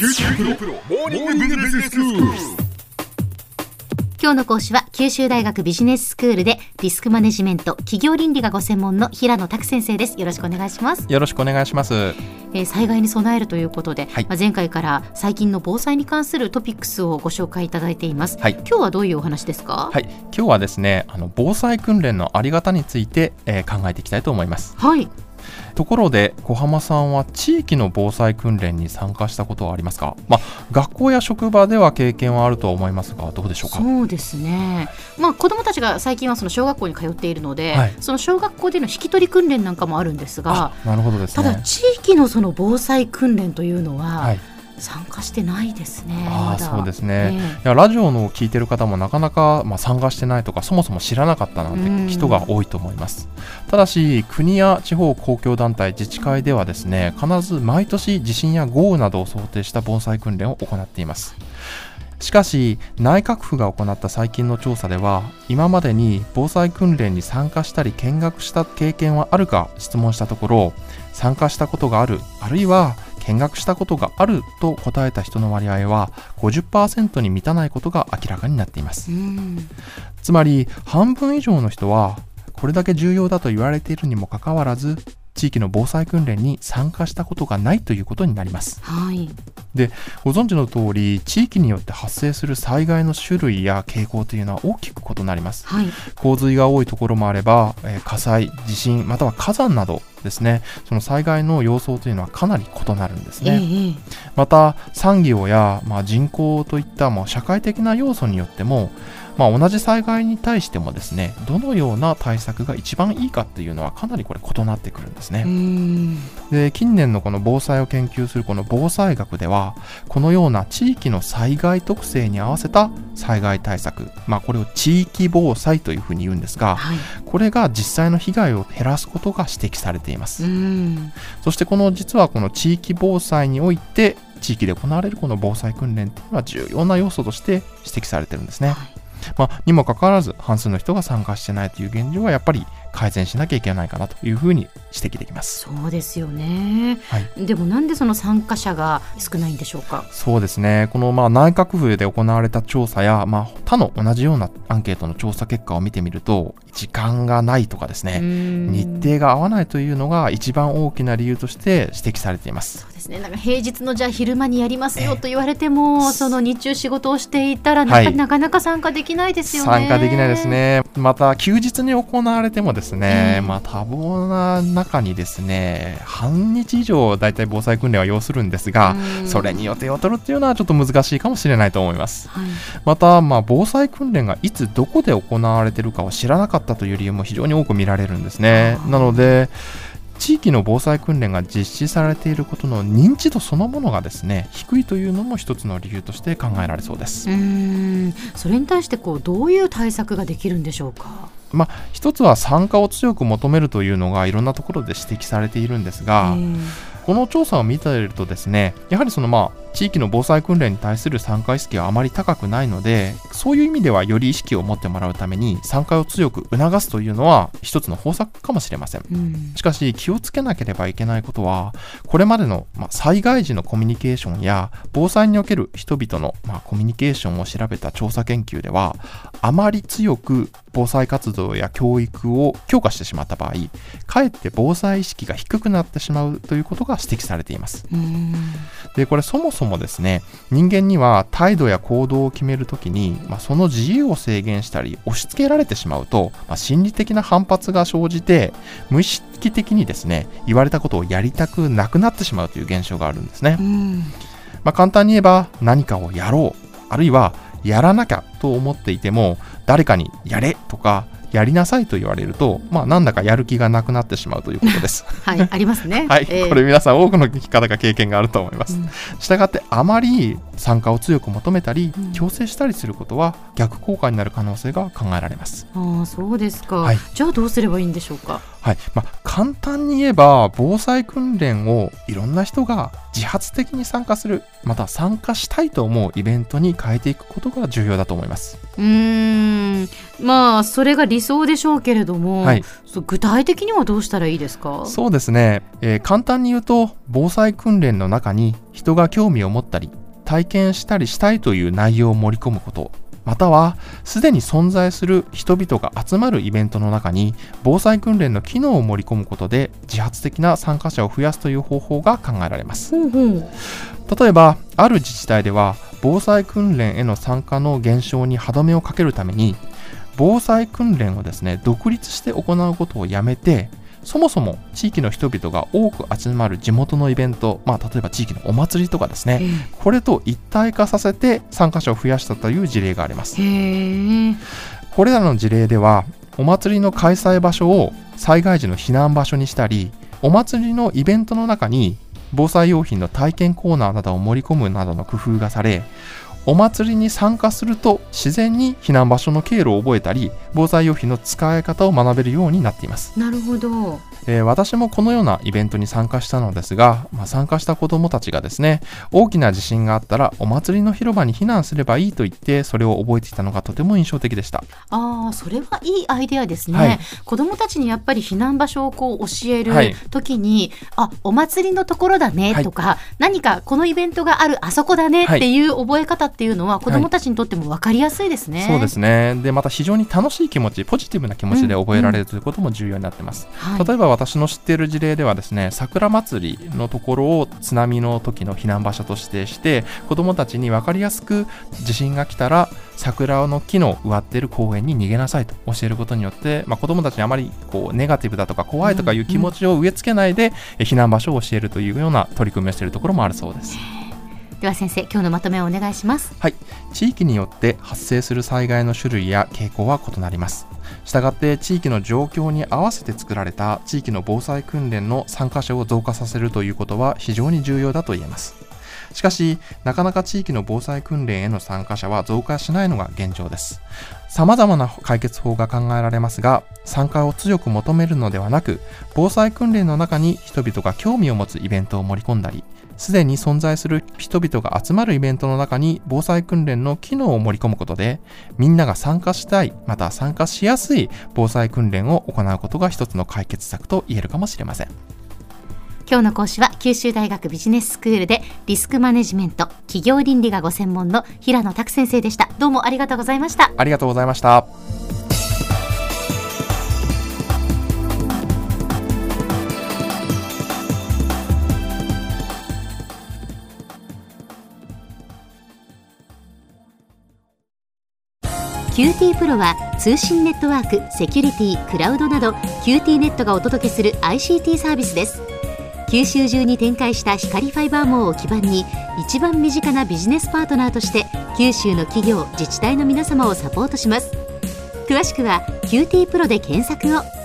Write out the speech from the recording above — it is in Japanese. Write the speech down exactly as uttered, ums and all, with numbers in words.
九州大学モーニングビジネススクール。 今日の講師は九州大学ビジネススクールでリスクマネジメント企業倫理がご専門の平野拓先生です。よろしくお願いします。 よろしくお願いします。 えー、災害に備えるということで、 はい、 まあ、前回から最近の防災に関するトピックスをご紹介いただいています。 はい、 今日はどういうお話ですか？ はい、今日はですね、あの防災訓練のあり方について、えー、考えていきたいと思います。 はい。 ところで小浜さんは地域の防災訓練に参加したことはありますか？まあ、学校や職場では経験はあると思いますが、どうでしょうか？ そうですね、まあ、子どもたちが最近はその小学校に通っているので、はい、その小学校での引き取り訓練なんかもあるんですが、 なるほどですね。 ただ地域のその防災訓練というのは、はい、参加してないですね。 あ、 まだそうですね、 えー、 いやラジオの聞いてる方もなかなか、まあ、参加してないとかそもそも知らなかったなんて人が多いと思います。ただし国や地方公共団体自治会ではですね、必ず毎年地震や豪雨などを想定した防災訓練を行っています。しかし内閣府が行った最近の調査では、今までに防災訓練に参加したり見学した経験はあるか質問したところ、参加したことがある、あるいは見学したことがあると答えた人の割合は ごじゅっパーセント に満たないことが明らかになっています。つまり半分以上の人はこれだけ重要だと言われているにもかかわらず、地域の防災訓練に参加したことがないということになります。 はい、 でご存知の通り、地域によって発生する災害の種類や傾向というのは大きく異なります。 はい、 洪水が多いところもあれば、えー、火災、地震、または火山などですね、その災害の様相というのはかなり異なるんですね。えー、また産業や、まあ、人口といった、まあ、社会的な要素によっても、まあ、同じ災害に対してもですね、どのような対策が一番いいかっていうのはかなりこれ異なってくるんですね。 うーんで近年のこの防災を研究するこの防災学では、このような地域の災害特性に合わせた災害対策、まあ、これを地域防災というふうに言うんですが、はい、これが実際の被害を減らすことが指摘されています。うーんそしてこの実はこの地域防災において地域で行われるこの防災訓練というのは重要な要素として指摘されているんですね。はい、まあ、にもかかわらず半数の人が参加してないという現状はやっぱり改善しなきゃいけないかなというふうに指摘できます。 そうですよね。はい、でもなんでその参加者が少ないんでしょうか？ そうですね、このまあ内閣府で行われた調査や、まあ、他の同じようなアンケートの調査結果を見てみると、時間がないとかですね、日程が合わないというのが一番大きな理由として指摘されています。 そうですね、なんか平日のじゃあ昼間にやりますよと言われても、その日中仕事をしていたらなか、はい、なかなか参加できないですよね。 参加できないですね。また休日に行われてもですね、えーまあ、多忙な中にですね、半日以上だいたい防災訓練は要するんですが、それに予定を取るっていうのはちょっと難しいかもしれないと思います。はい、また、まあ、防災訓練がいつどこで行われているかを知らなかったという理由も非常に多く見られるんですね。なので地域の防災訓練が実施されていることの認知度そのものがですね、低いというのも一つの理由として考えられそうです。 うーんそれに対してこうどういう対策ができるんでしょうか？ まあ、一つは参加を強く求めるというのがいろんなところで指摘されているんですが、この調査を見ているとですね、やはりそのまあ地域の防災訓練に対する参加意識はあまり高くないので、そういう意味ではより意識を持ってもらうために参加を強く促すというのは一つの方策かもしれません。うん、しかし気をつけなければいけないことは、これまでのまあ災害時のコミュニケーションや防災における人々のまあコミュニケーションを調べた調査研究では、あまり強く防災活動や教育を強化してしまった場合、かえって防災意識が低くなってしまうということが指摘されています。うん、でこれそもそもですね、人間には態度や行動を決めるときに、まあ、その自由を制限したり押し付けられてしまうと、まあ、心理的な反発が生じて無意識的にですね、言われたことをやりたくなくなってしまうという現象があるんですね。うん、まあ、簡単に言えば何かをやろう、あるいはやらなきゃと思っていても、誰かにやれとかやりなさいと言われると、まあ、なんだかやる気がなくなってしまうということです。 はい、ありますね。 はい、 えー、 これ皆さん多くの方が経験があると思います。したがってあまり参加を強く求めたり、うん、強制したりすることは逆効果になる可能性が考えられます。 ああ、そうですか。 はい、 じゃあどうすればいいんでしょうか？ はい、まあ、簡単に言えば防災訓練をいろんな人が自発的に参加する、また参加したいと思うイベントに変えていくことが重要だと思います。 うーんまあそれが理りそうでしょうけれども、はい、具体的にはどうしたらいいですか？ そうですね、えー、簡単に言うと防災訓練の中に人が興味を持ったり体験したりしたいという内容を盛り込むこと、またはすでに存在する人々が集まるイベントの中に防災訓練の機能を盛り込むことで自発的な参加者を増やすという方法が考えられます。うんうん、例えばある自治体では防災訓練への参加の減少に歯止めをかけるために防災訓練をですね独立して行うことをやめて、そもそも地域の人々が多く集まる地元のイベント、まあ、例えば地域のお祭りとかですね、うん、これと一体化させて参加者を増やしたという事例があります。へー。これらの事例ではお祭りの開催場所を災害時の避難場所にしたり、お祭りのイベントの中に防災用品の体験コーナーなどを盛り込むなどの工夫がされ、お祭りに参加すると自然に避難場所の経路を覚えたり防災用品の使い方を学べるようになっています。 なるほど。 えー、私もこのようなイベントに参加したのですが、まあ、参加した子どもたちがですね、大きな地震があったらお祭りの広場に避難すればいいと言ってそれを覚えていたのがとても印象的でした。 ああ、それはいいアイデアですね。はい、子どもたちにやっぱり避難場所をこう教える時に、はい、あ、お祭りのところだねとか、はい、何かこのイベントがあるあそこだねっていう覚え方っていうのは子どもたちにとっても分かりやすいですね。はい、 そうですね。でまた非常に楽しい気持ち、ポジティブな気持ちで覚えられるということも重要になっています。うんうん、例えば私の知っている事例ではですね、桜祭りのところを津波の時の避難場所としてして子どもたちに分かりやすく地震が来たら桜の木の植わっている公園に逃げなさいと教えることによって、まあ、子どもたちにあまりこうネガティブだとか怖いとかいう気持ちを植え付けないで、うんうん、避難場所を教えるというような取り組みをしているところもあるそうです。 では先生、今日のまとめをお願いします。 はい、地域によって発生する災害の種類や傾向は異なります。したがって地域の状況に合わせて作られた地域の防災訓練の参加者を増加させるということは非常に重要だと言えます。しかしなかなか地域の防災訓練への参加者は増加しないのが現状です。様々な解決法が考えられますが、参加を強く求めるのではなく、防災訓練の中に人々が興味を持つイベントを盛り込んだり、すでに存在する人々が集まるイベントの中に防災訓練の機能を盛り込むことで、みんなが参加したい、また参加しやすい防災訓練を行うことが一つの解決策と言えるかもしれません。 今日の講師は九州大学ビジネススクールでリスクマネジメント企業倫理がご専門の平野拓先生でした。どうもありがとうございました。 ありがとうございました。 キューティー プロは通信ネットワーク、セキュリティ、クラウドなど キューティー ネットがお届けする アイシーティー サービスです。九州中に展開した光ファイバー網を基盤に一番身近なビジネスパートナーとして九州の企業、自治体の皆様をサポートします。詳しくは キューティー プロで検索を。